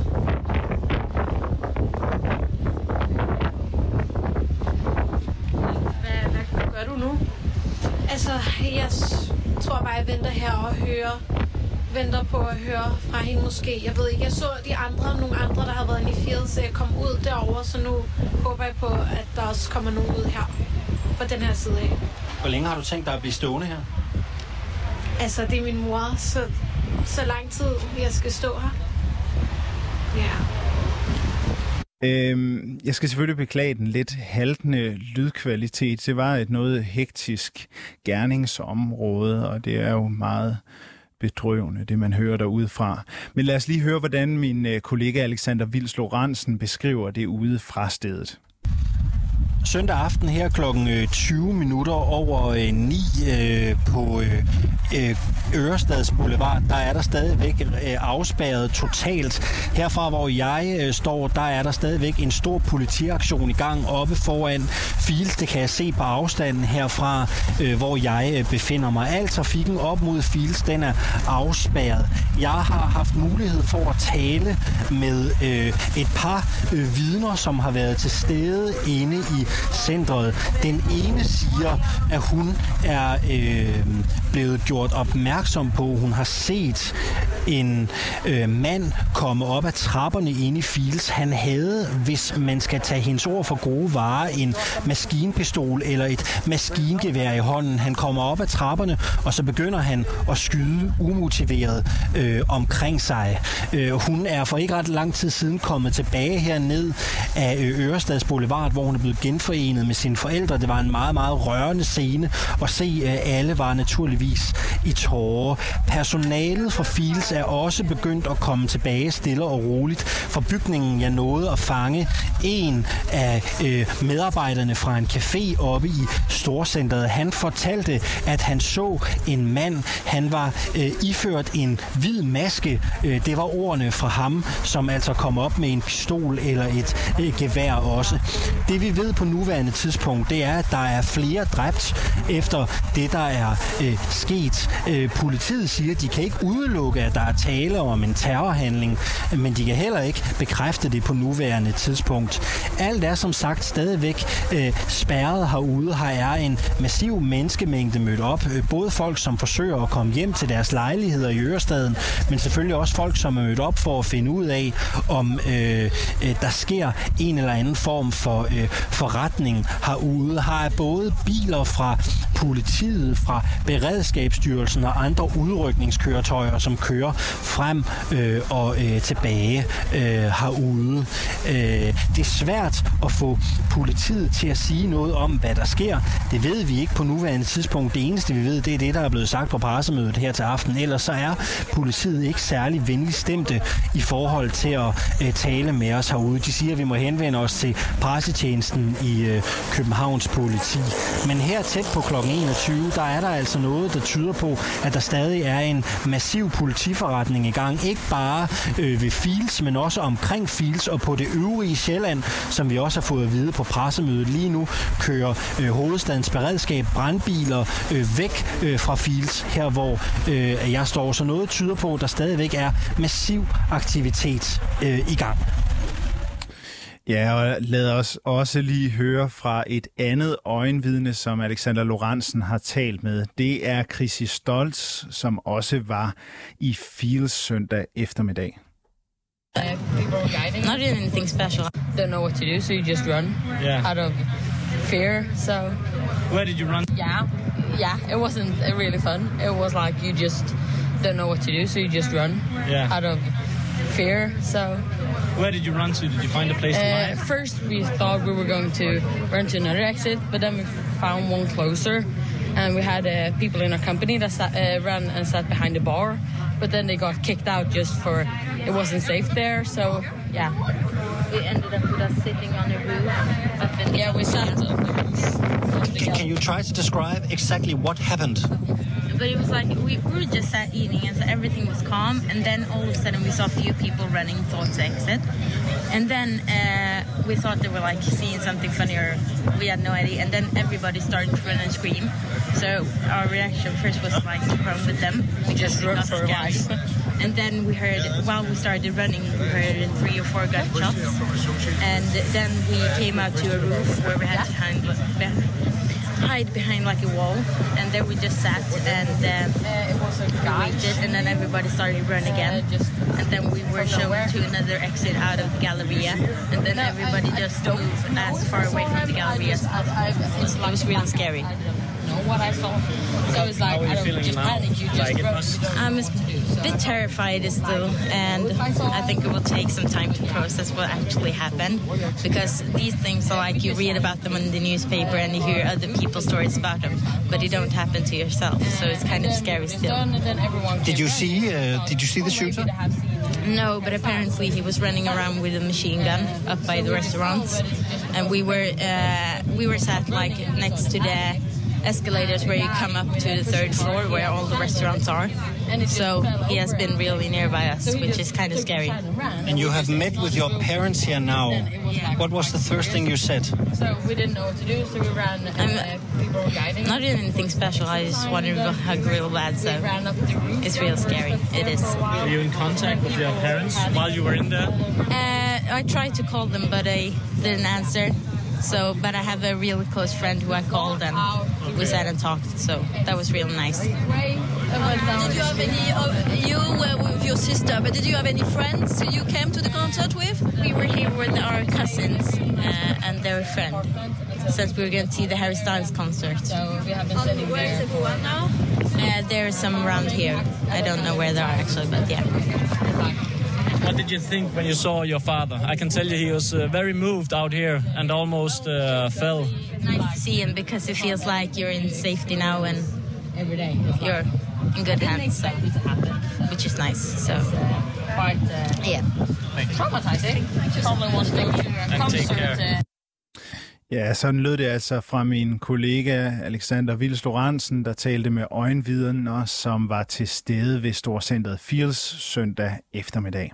Hvad, hvad gør du nu? Altså, jeg tror bare, jeg venter her og hører, venter på at høre fra hende måske. Jeg ved ikke, jeg så de andre, nogle andre, der har været inde i Fields, så jeg kom ud derover, så nu håber jeg på, at der også kommer nogen ud her fra den her side af. Hvor længe har du tænkt dig at blive stående her? Altså, det er min mor, så, så lang tid jeg skal stå her. Ja. Øhm, jeg skal selvfølgelig beklage den lidt haltende lydkvalitet. Det var et noget hektisk gerningsområde, og det er jo meget bedrøvende, det man hører derudefra. Men lad os lige høre, hvordan min kollega Alexander Vils Lorentzen beskriver det ude fra stedet. Søndag aften her klokken tyve minutter over ni øh, på øh, Ørestads Boulevard, der er der stadigvæk øh, afspærret totalt. Herfra, hvor jeg øh, står, der er der stadigvæk en stor politiaktion i gang oppe foran Fields. Det kan jeg se på afstanden herfra, øh, hvor jeg øh, befinder mig. Al trafikken op mod Fields, den er afspærret. Jeg har haft mulighed for at tale med øh, et par øh, vidner, som har været til stede inde i centret. Den ene siger, at hun er øh, blevet gjort opmærksom på, hun har set en øh, mand komme op ad trapperne inde i Fields. Han havde, hvis man skal tage hendes ord for gode varer, en maskinpistol eller et maskingevær i hånden. Han kommer op ad trapperne, og så begynder han at skyde umotiveret øh, omkring sig. Øh, hun er for ikke ret lang tid siden kommet tilbage herned af Ørestads Boulevard, hvor hun er blevet genforenet med sine forældre. Det var en meget, meget rørende scene at se. Alle var naturligvis i tårer. Personalet fra Fields er også begyndt at komme tilbage stille og roligt fra bygningen. Jeg nåede at fange en af øh, medarbejderne fra en café oppe i Storcentret. Han fortalte, at han så en mand. Han var øh, iført en hvid maske. Øh, det var ordene fra ham, som altså kom op med en pistol eller et øh, gevær også. Det vi ved på nuværende tidspunkt, det er, at der er flere dræbt efter det, der er øh, sket. Øh, politiet siger, at de kan ikke udelukke, at der er tale om en terrorhandling, men de kan heller ikke bekræfte det på nuværende tidspunkt. Alt er som sagt stadigvæk øh, spærret herude. Her er en massiv menneskemængde mødt op. Øh, både folk, som forsøger at komme hjem til deres lejligheder i Ørestaden, men selvfølgelig også folk, som er mødt op for at finde ud af, om øh, øh, der sker en eller anden form for øh, forretning herude. Her er både biler fra politiet, fra Beredskabsstyrelsen og andre udrykningskøretøjer, som kører frem øh, og øh, tilbage øh, herude. Øh, det er svært at få politiet til at sige noget om, hvad der sker. Det ved vi ikke på nuværende tidspunkt. Det eneste, vi ved, det er det, der er blevet sagt på pressemødet her til aften. Ellers så er politiet ikke særlig venligt stemte i forhold til at øh, tale med os herude. De siger, at vi må henvende os til pressetjenesten i øh, Københavns politi. Men her tæt på klokken enogtyve, der er der altså noget, der tyder på, at der stadig er en massiv politiforretning i gang. Ikke bare øh, ved Fields, men også omkring Fields og på det øvrige Sjælland, som vi også har fået at vide på pressemødet. Lige nu kører øh, hovedstadens beredskab brandbiler øh, væk øh, fra Fields, her hvor øh, jeg står. Så noget tyder på, at der stadigvæk er massiv aktivitet øh, i gang. Ja, og lad os også lige høre fra et andet øjenvidne, som Alexander Lorentzen har talt med. Det er Chrissy Stoltz, som også var i Fields søndag eftermiddag. Uh, people were guiding. Not doing anything special. Don't know what to do, so you just run yeah. out of fear. So. Where did you run? Yeah, yeah. It wasn't really fun. It was like you just don't know what to do, so you just run yeah. out of fear. So. Where did you run to? Did you find a place to uh, hide? First, we thought we were going to run to another exit, but then we found one closer, and we had uh, people in our company that sat, uh, ran and sat behind the bar, but then they got kicked out just for it wasn't safe there. So yeah, we ended up with us sitting on a roof. Up in yeah, we sat on the roof. Can, can you try to describe exactly what happened? but it was like we, we were just sat eating and so everything was calm, and then all of a sudden we saw a few people running towards the exit, and then uh, we thought they were like seeing something funny, or we had no idea, and then everybody started to run and scream. So our reaction first was like to run with them. We just run for a while. And then we heard, while we started running, we heard three or four gunshots. And then we came out to a roof where we had to hide, hide behind like a wall. And there we just sat and um, waited. And then everybody started to run again. And then we were shown to another exit out of the Galleria. And then everybody just moved as far away from the Galleria as possible. It was really scary. What I saw. So it's like, I don't just panic, you just like I'm a bit terrified still, and I think it will take some time to process what actually happened, because these things are like you read about them in the newspaper and you hear other people's stories about them, but it don't happen to yourself, so it's kind of scary still. Did you see, uh, did you see the shooter? No, but apparently he was running around with a machine gun up by the restaurants, and we were, uh, we were sat like next to the escalators where you come up to the third floor where all the restaurants are. So he has been really nearby us, which is kind of scary. And you have met with your parents here now. Yeah. What was the first thing you said? So we didn't know what to do, so we ran. And we were guiding. Not doing anything special. I just wanted to hug real bad, so it's real scary. It is. Were you in contact with your parents while you were in there? Uh, I tried to call them, but they didn't answer. So, but I have a really close friend who I called, and we sat and talked. So that was real nice. Did you have any? Uh, you were with your sister, but did you have any friends you came to the concert with? We were here with our cousins uh, and their friend, since we were going to see the Harry Styles concert. So we have been sitting there. Where is everyone now? Uh, there are some around here. I don't know where they are actually, but yeah. What did you think when you saw your father? I can tell you he was uh, very moved out here and almost uh, fell. Nice to see him because it feels like you're in safety now and you're in good hands, so, which is nice. So, yeah. Traumatizing. And take care. Ja, sådan lød det altså fra min kollega Alexander Vils Lorentzen, der talte med øjenvidner, som var til stede ved Storcentret Fields søndag eftermiddag.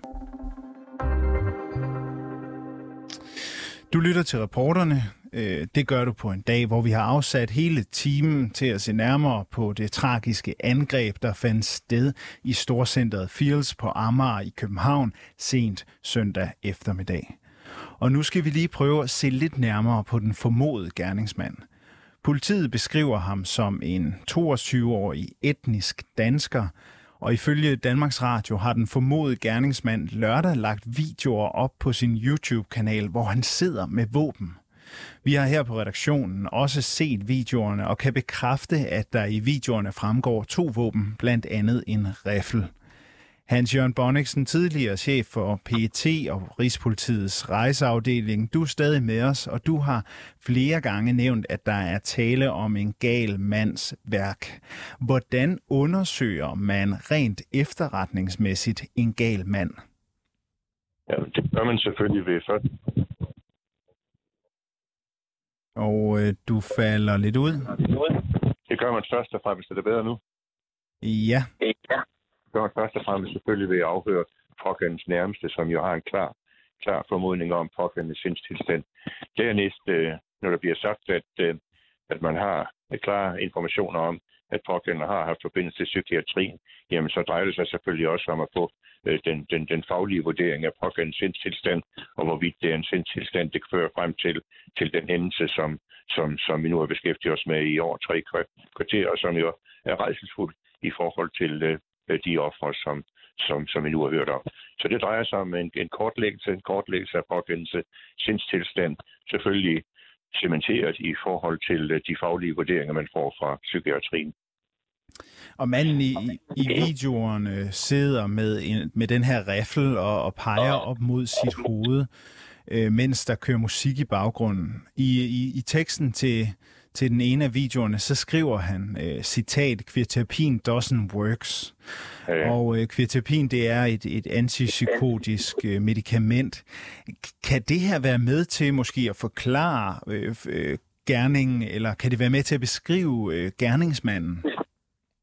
Du lytter til reporterne. Det gør du på en dag, hvor vi har afsat hele timen til at se nærmere på det tragiske angreb, der fandt sted i Storcentret Fields på Amager i København sent søndag eftermiddag. Og nu skal vi lige prøve at se lidt nærmere på den formodede gerningsmand. Politiet beskriver ham som en toogtyve-årig etnisk dansker, og ifølge Danmarks Radio har den formodede gerningsmand lørdag lagt videoer op på sin YouTube-kanal, hvor han sidder med våben. Vi har her på redaktionen også set videoerne og kan bekræfte, at der i videoerne fremgår to våben, blandt andet en riffel. Hans-Jørgen Bonniksen, tidligere chef for P E T og Rigspolitiets rejseafdeling. Du er stadig med os, og du har flere gange nævnt, at der er tale om en gal mands værk. Hvordan undersøger man rent efterretningsmæssigt en gal mand? Ja, det gør man selvfølgelig ved først. Og øh, du falder lidt ud. Det gør man først og fremmest. Er det bedre nu? Ja. Ja. Det gør man først og fremmest selvfølgelig ved at afhøre pågældens nærmeste, som jo har en klar, klar formodning om pågældens sindstilstand. Dernæst, øh, når der bliver sagt, at, øh, at man har klare informationer om, at pågældende har haft forbindelse til psykiatrien, jamen så drejer det sig selvfølgelig også om at få øh, den, den, den faglige vurdering af pågældens sindstilstand, og hvorvidt det er en sindstilstand, det fører frem til, til den hændelse, som, som, som vi nu har beskæftiget os med i over tre kvarter, og som jo er rædselsfuld i forhold til øh, de ofre, som, som, som vi nu har hørt om. Så det drejer sig om en, en kortlæggelse, en kortlæggelse af pågældens sindstilstand, selvfølgelig cementeret i forhold til de faglige vurderinger, man får fra psykiatrien. Og manden i, i videoerne sidder med, en, med den her riffel og, og peger op mod sit hoved, øh, mens der kører musik i baggrunden. I, i, i teksten til, til den ene af videoerne, så skriver han, øh, citat, "Quetiapin doesn't works." Ja, ja. Og øh, quetiapin, det er et, et antipsykotisk øh, medicament. Kan det her være med til måske at forklare øh, øh, gerningen, eller kan det være med til at beskrive øh, gerningsmanden?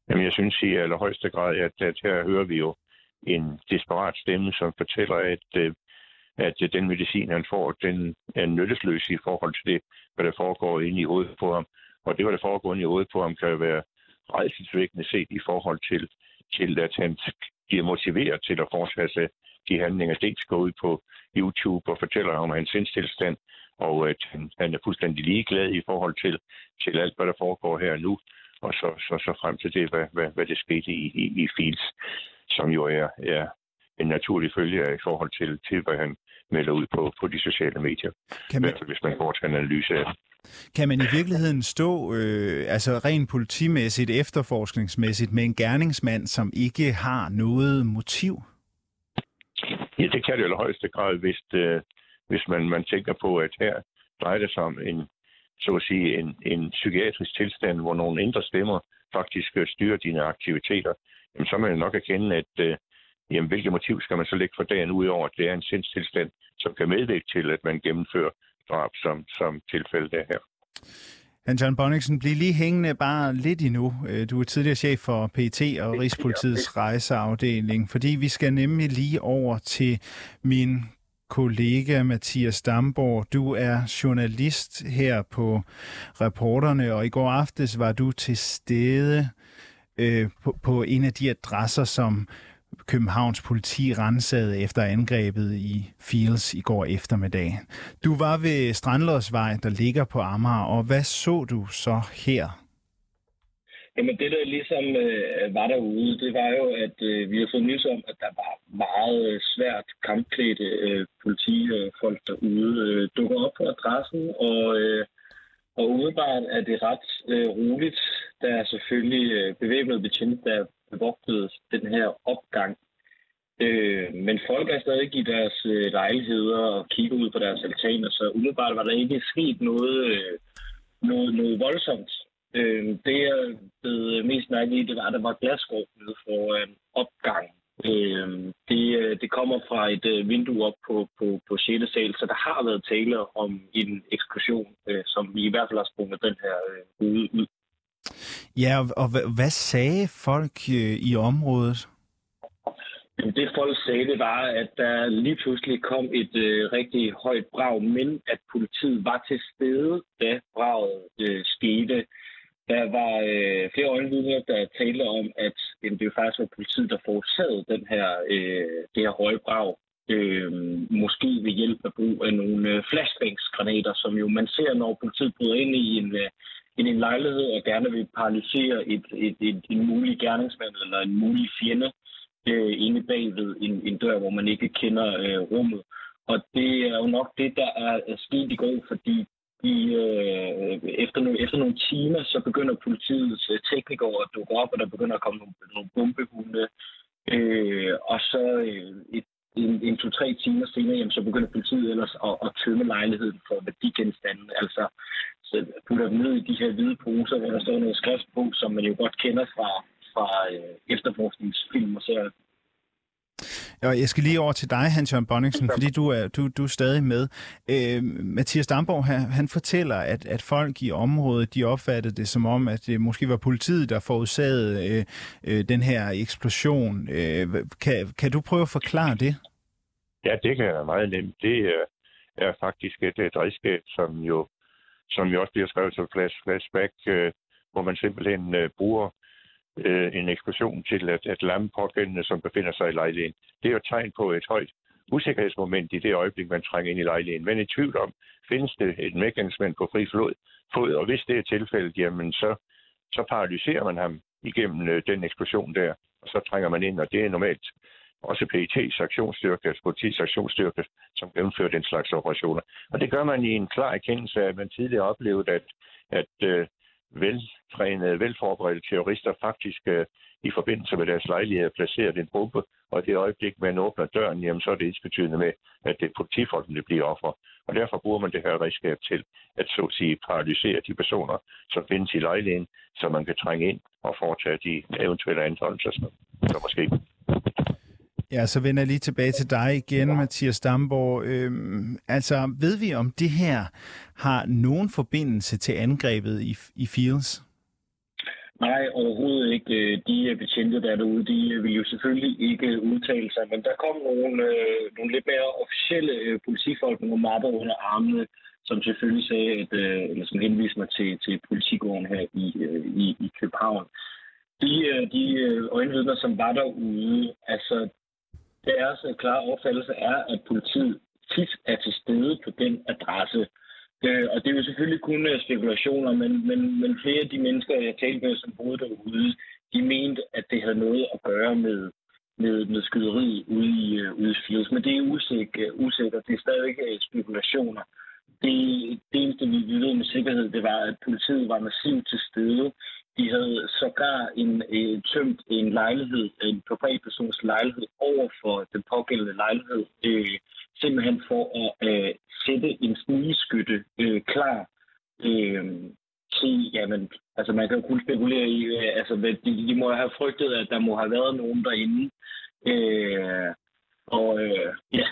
Jamen, jeg synes i allerhøjeste grad, at, at her hører vi jo en desperat stemme, som fortæller, at, at den medicin, han får, den er nyttesløs i forhold til det, hvad der foregår inde i hovedet på ham. Og det, hvad der foregår inde i hovedet på ham, kan jo være rædselsvækkende set i forhold til, til at han bliver motiveret til at fortsætte de handlinger. Dels går ud på YouTube og fortæller om hans sindstilstand, og at han, han er fuldstændig ligeglad i forhold til, til alt, hvad der foregår her nu. Og så, så, så frem til det, hvad, hvad, hvad det skete i, i, i Fields, som jo er, er en naturlig følge af i forhold til, til hvad han melder ud på, på de sociale medier. Kan man, i hvert fald, hvis man får til en analyse af det. Kan man i virkeligheden stå øh, altså rent politimæssigt, efterforskningsmæssigt med en gerningsmand, som ikke har noget motiv? Ja, det kan det i højeste grad, hvis, øh, hvis man, man tænker på, at her drejer det sig om en så at sige, en, en psykiatrisk tilstand, hvor nogle indre stemmer faktisk styrer dine aktiviteter, jamen, så må man nok erkende, at øh, jamen, hvilke motiv skal man så lægge for dagen, ud over, at det er en sindstilstand, som kan medvirke til, at man gennemfører drab, som, som tilfældet er her. Hans-Jørgen Bonniksen, bliv lige hængende bare lidt endnu. Du er tidligere chef for P E T og Rigspolitiets rejseafdeling, fordi vi skal nemlig lige over til min kollega Mathias Damborg. Du er journalist her på Reporterne, og i går aftes var du til stede øh, på, på en af de adresser, som Københavns politi ransagede efter angrebet i Fields i går eftermiddag. Du var ved Strandløsvej, der ligger på Amager, og hvad så du så her? Jamen det, der ligesom øh, var derude, det var jo, at øh, vi har fået nys om, at der var meget øh, svært kampklædte øh, politifolk derude, øh, dukker op på adressen, og, øh, og umiddelbart er det ret øh, roligt. Der er selvfølgelig øh, bevæbnede betjente, der bevogtede den her opgang. Øh, men folk er stadig i deres øh, lejligheder og kigger ud på deres altaner, så umiddelbart var der ikke sket noget, øh, noget, noget voldsomt. Øh, det, jeg blev mest mærke i, det var, at der var glasskår nede for en opgang. Øh, det, det kommer fra et øh, vindue op på, på, på sjette sal, så der har været tale om en eksplosion, øh, som vi i hvert fald har sprunget den her øh, ude ud. Ja, og, og hvad sagde folk øh, i området? Det folk sagde, det var, at der lige pludselig kom et øh, rigtig højt brag, men at politiet var til stede, da braget øh, skete. Der var øh, flere øjenvidner, der talte om, at øh, det jo faktisk var politiet, der forårsagede den her, øh, det her høje brag. Øh, måske ved hjælp af brug af nogle øh, flashbangs-granater, som jo man ser, når politiet bryder ind i en, øh, i en lejlighed og gerne vil paralysere et, et, et, en mulig gerningsmand eller en mulig fjende øh, inde bagved en, en dør, hvor man ikke kender øh, rummet. Og det er jo nok det, der er sket i går, fordi de, øh, efter, nogle, efter nogle timer, så begynder politiets øh, teknikere at dukke op, og der begynder at komme nogle, nogle bombehunde. Øh, og så øh, et, en, en to-tre timer senere, jamen, så begynder politiet ellers at, at tømme lejligheden for værdigenstande. Altså, så putter dem ned i de her hvide poser, hvor der står noget skrift på, som man jo godt kender fra, fra øh, efterforskningsfilm og serier. Jeg skal lige over til dig, Hans-Jørgen Bonniksen, fordi du er, du, du er stadig med. Øh, Mathias Damborg, han, han fortæller, at, at folk i området, de opfattede det som om, at det måske var politiet, der forårsagede øh, øh, den her eksplosion. Øh, kan, kan du prøve at forklare det? Ja, det kan være meget nemt. Det er, er faktisk et, et redskab, som jo, som jo også bliver skrevet som flash, flashback, øh, hvor man simpelthen øh, bruger en eksplosion til at, at lamme pågældende, som befinder sig i lejligheden. Det er jo et tegn på et højt usikkerhedsmoment i det øjeblik, man trænger ind i lejligheden. Men i tvivl om, findes det et mekanismen på fri flod, fod, og hvis det er tilfældet, jamen så, så paralyserer man ham igennem øh, den eksplosion der, og så trænger man ind, og det er normalt også P E T's aktionsstyrke, altså politiets aktionsstyrke, som gennemfører den slags operationer. Og det gør man i en klar erkendelse af, at man tidligere oplevede, at, at øh, veltrænede, velforberedte terrorister faktisk øh, i forbindelse med deres lejlighed placeret en bombe, og i det øjeblik, man åbner døren, jamen, så er det ensbetydende med, at det er politifolkene, der bliver offer. Og derfor bruger man det her redskab til at så at sige paralysere de personer, som findes i lejligheden, så man kan trænge ind og foretage de eventuelle anholdelser, som der måske. Ja, så vender jeg lige tilbage til dig igen, Mathias Damborg. Øhm, altså, ved vi om det her har nogen forbindelse til angrebet i, i Fields? Nej, overhovedet ikke. De betjente der derude, de ville jo selvfølgelig ikke udtale sig, men der kom nogle, øh, nogle lidt mere officielle øh, politifolk med nogle mapper under armene, som selvfølgelig sagde, at, øh, eller som henviste mig til, til politigården her i, øh, i, i København. De, øh, de øjenvidner, som var derude, altså deres klare opfattelse er, at politiet tit er til stede på den adresse. Øh, og det er jo selvfølgelig kun uh, spekulationer, men, men, men flere af de mennesker, jeg talte med, som boede derude, de mente, at det havde noget at gøre med, med, med skyderiet ude i, uh, ude i Fields. Men det er usikkert. Uh, usikkert. Det er stadig uh, spekulationer. Det, det eneste, vi, vi ved med sikkerhed, det var, at politiet var massivt til stede. De havde sågar en, uh, tømt en lejlighed, en privatpersons lejlighed over for den pågældende lejlighed, uh, simpelthen for at uh, sætte en snigeskytte øh, klar øh, til, jamen, altså man kan jo kun spekulere i, øh, altså de, de må have frygtet, at der må have været nogen derinde. Øh, og øh, ja.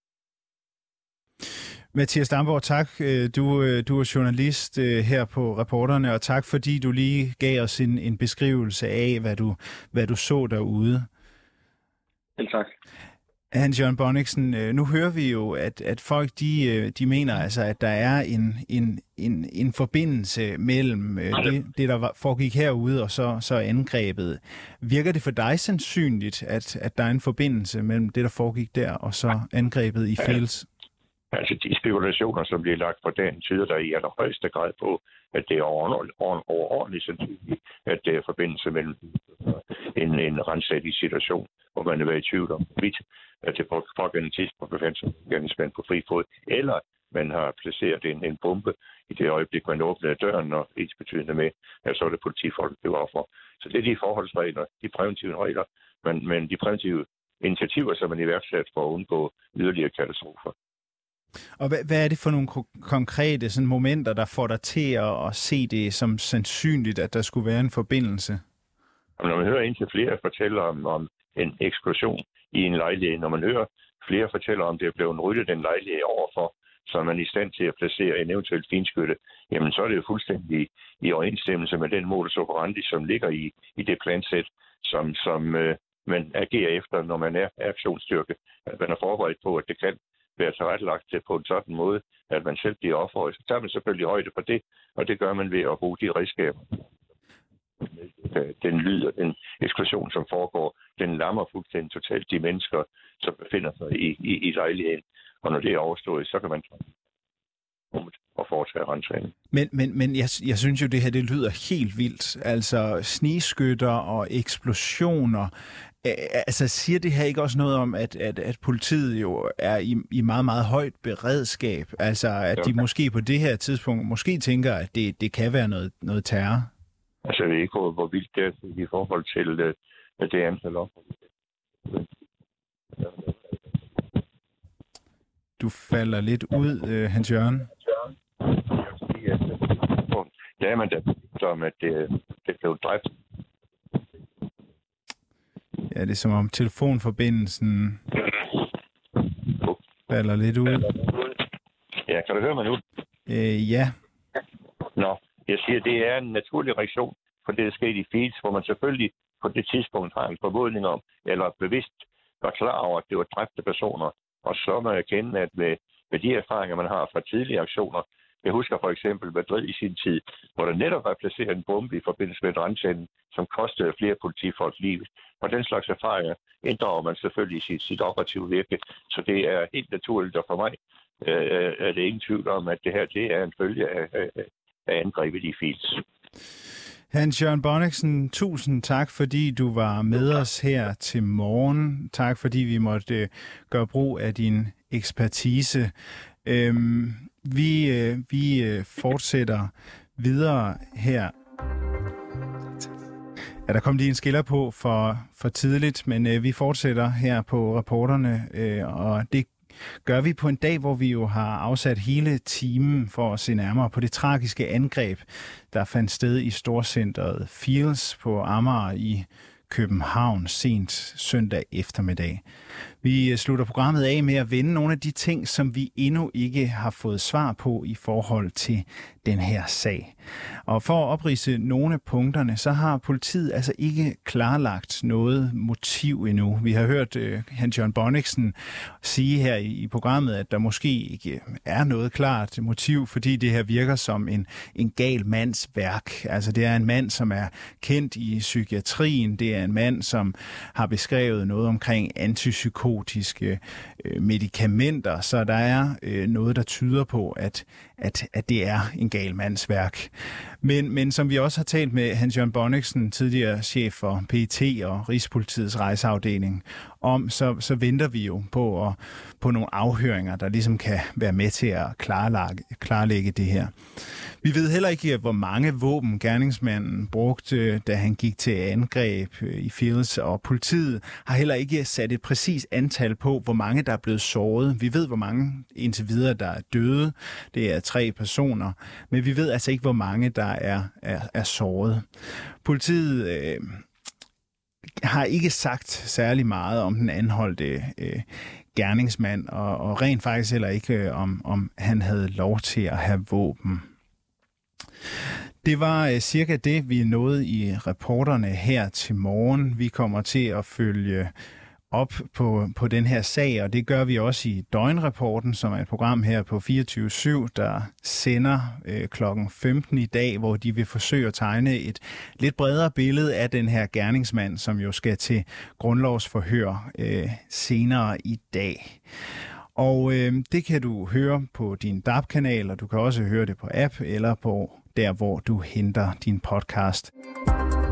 Mathias Damborg, tak. Du, du er journalist her på Reporterne, og tak fordi du lige gav os en, en beskrivelse af, hvad du, hvad du så derude. Selv tak. Hans Jørgen Bonnichsen, nu hører vi jo, at, at folk de, de mener altså, at der er en, en, en, en forbindelse mellem det, det, der var, foregik herude, og så, så angrebet. Virker det for dig sandsynligt, at, at der er en forbindelse mellem det, der foregik der, og så angrebet i Fields? Altså de spekulationer, som bliver lagt på dagen, tyder der i allerhøjeste grad på, at det er overordentligt sandsynligt, at det er forbindelse mellem en, en ransadig situation, hvor man er været i tvivl om, at det på pågældende tidspunkt befandt sig gerningsmand på fri fod, eller man har placeret en, en bombe i det øjeblik, man åbnede døren, og ens betydende med, at så er det politifolk, det var for. Så det er de forholdsregler, de præventive regler, men, men de præventive initiativer, som man iværksat for at undgå yderligere katastrofer. Og hvad, hvad er det for nogle konkrete sådan, momenter, der får dig til at, at se det som sandsynligt, at der skulle være en forbindelse? Jamen, når man hører indtil flere fortæller om, om en eksplosion i en lejlighed, når man hører flere fortæller om, det er blevet ryddet den lejlighed overfor, så er man i stand til at placere en eventuelt finskytte, jamen så er det jo fuldstændig i overensstemmelse med den modus operandi, som ligger i, i det plansæt, som, som øh, man agerer efter, når man er aktionsstyrke. At man er forberedt på, at det kan være tilrettelagt til på en sådan måde, at man selv bliver offeret. Så tager man selvfølgelig højde for det, og det gør man ved at bruge de redskaber. Den lyd og den eksplosion, som foregår, den lammer fuldstændig totalt de mennesker, som befinder sig i, i, i lejligheden. Og når det er overstået, så kan man og foretage ransagning. Men, men, men jeg, jeg synes jo, det her det lyder helt vildt. Altså snigskytter og eksplosioner. Altså siger det her ikke også noget om, at, at, at politiet jo er i, i meget, meget højt beredskab? Altså at de måske på det her tidspunkt måske tænker, at det, det kan være noget, noget terror? Altså jeg ved ikke, hvor, hvor vildt det er i forhold til uh, det antal op. Du falder lidt ud, uh, Hans Jørgen. Der er man da som, at det, det blev dræbt. Ja, det er som om telefonforbindelsen falder lidt ud. Ja, kan du høre mig nu? Øh, ja. Nå, jeg siger, det er en naturlig reaktion på det, der skete i Fields, hvor man selvfølgelig på det tidspunkt har en formodning om, eller bevidst var klar over, at det var dræbte personer. Og så må jeg kende, at med, med de erfaringer, man har fra tidlige aktioner, jeg husker for eksempel Madrid i sin tid, hvor der netop var placeret en bombe i forbindelse med et ransagning, som kostede flere politifolk livet. Og den slags erfaringer inddrager man selvfølgelig i sit, sit operative virke. Så det er helt naturligt, og for mig øh, er det ingen tvivl om, at det her det er en følge af, af, af angrebet i Fields. Hans Jørgen Bonnichsen, tusind tak, fordi du var med os her til morgen. Tak, fordi vi måtte gøre brug af din ekspertise. Øhm, vi, øh, vi fortsætter videre her. Ja, der kom lige en skiller på for, for tidligt, men øh, vi fortsætter her på Reporterne, øh, og det gør vi på en dag, hvor vi jo har afsat hele timen for at se nærmere på det tragiske angreb, der fandt sted i storcenteret Fields på Amager i København sent søndag eftermiddag. Vi slutter programmet af med at vende nogle af de ting, som vi endnu ikke har fået svar på i forhold til den her sag. Og for at opridse nogle af punkterne, så har politiet altså ikke klarlagt noget motiv endnu. Vi har hørt uh, Hans Jørgen Bonniksen sige her i, i programmet, at der måske ikke er noget klart motiv, fordi det her virker som en, en gal mands værk. Altså det er en mand, som er kendt i psykiatrien. Det er en mand, som har beskrevet noget omkring antipsykotiske øh, medicamenter. Så der er øh, noget, der tyder på, at, at, at det er en gal mands værk. Men, men som vi også har talt med Hans Jørgen Bonniksen, tidligere chef for P E T og Rigspolitiets rejseafdeling, om, så, så venter vi jo på, at, på nogle afhøringer, der ligesom kan være med til at klarlægge, klarlægge det her. Vi ved heller ikke, hvor mange våben gerningsmanden brugte, da han gik til angreb i Fields, og politiet har heller ikke sat et præcis antal på, hvor mange der er blevet såret. Vi ved, hvor mange indtil videre, der er døde. Det er tre personer, men vi ved altså ikke, hvor mange der er, er, er såret. Politiet øh, har ikke sagt særlig meget om den anholdte øh, gerningsmand, og, og rent faktisk heller ikke øh, om, om han havde lov til at have våben. Det var øh, cirka det, vi nåede i reporterne her til morgen. Vi kommer til at følge op på, på den her sag, og det gør vi også i Døgnrapporten, som er et program her på fireogtyve syv, der sender øh, klokken femten i dag, hvor de vil forsøge at tegne et lidt bredere billede af den her gerningsmand, som jo skal til grundlovsforhør øh, senere i dag. Og øh, det kan du høre på din D A B-kanal, og du kan også høre det på app eller på der, hvor du henter din podcast.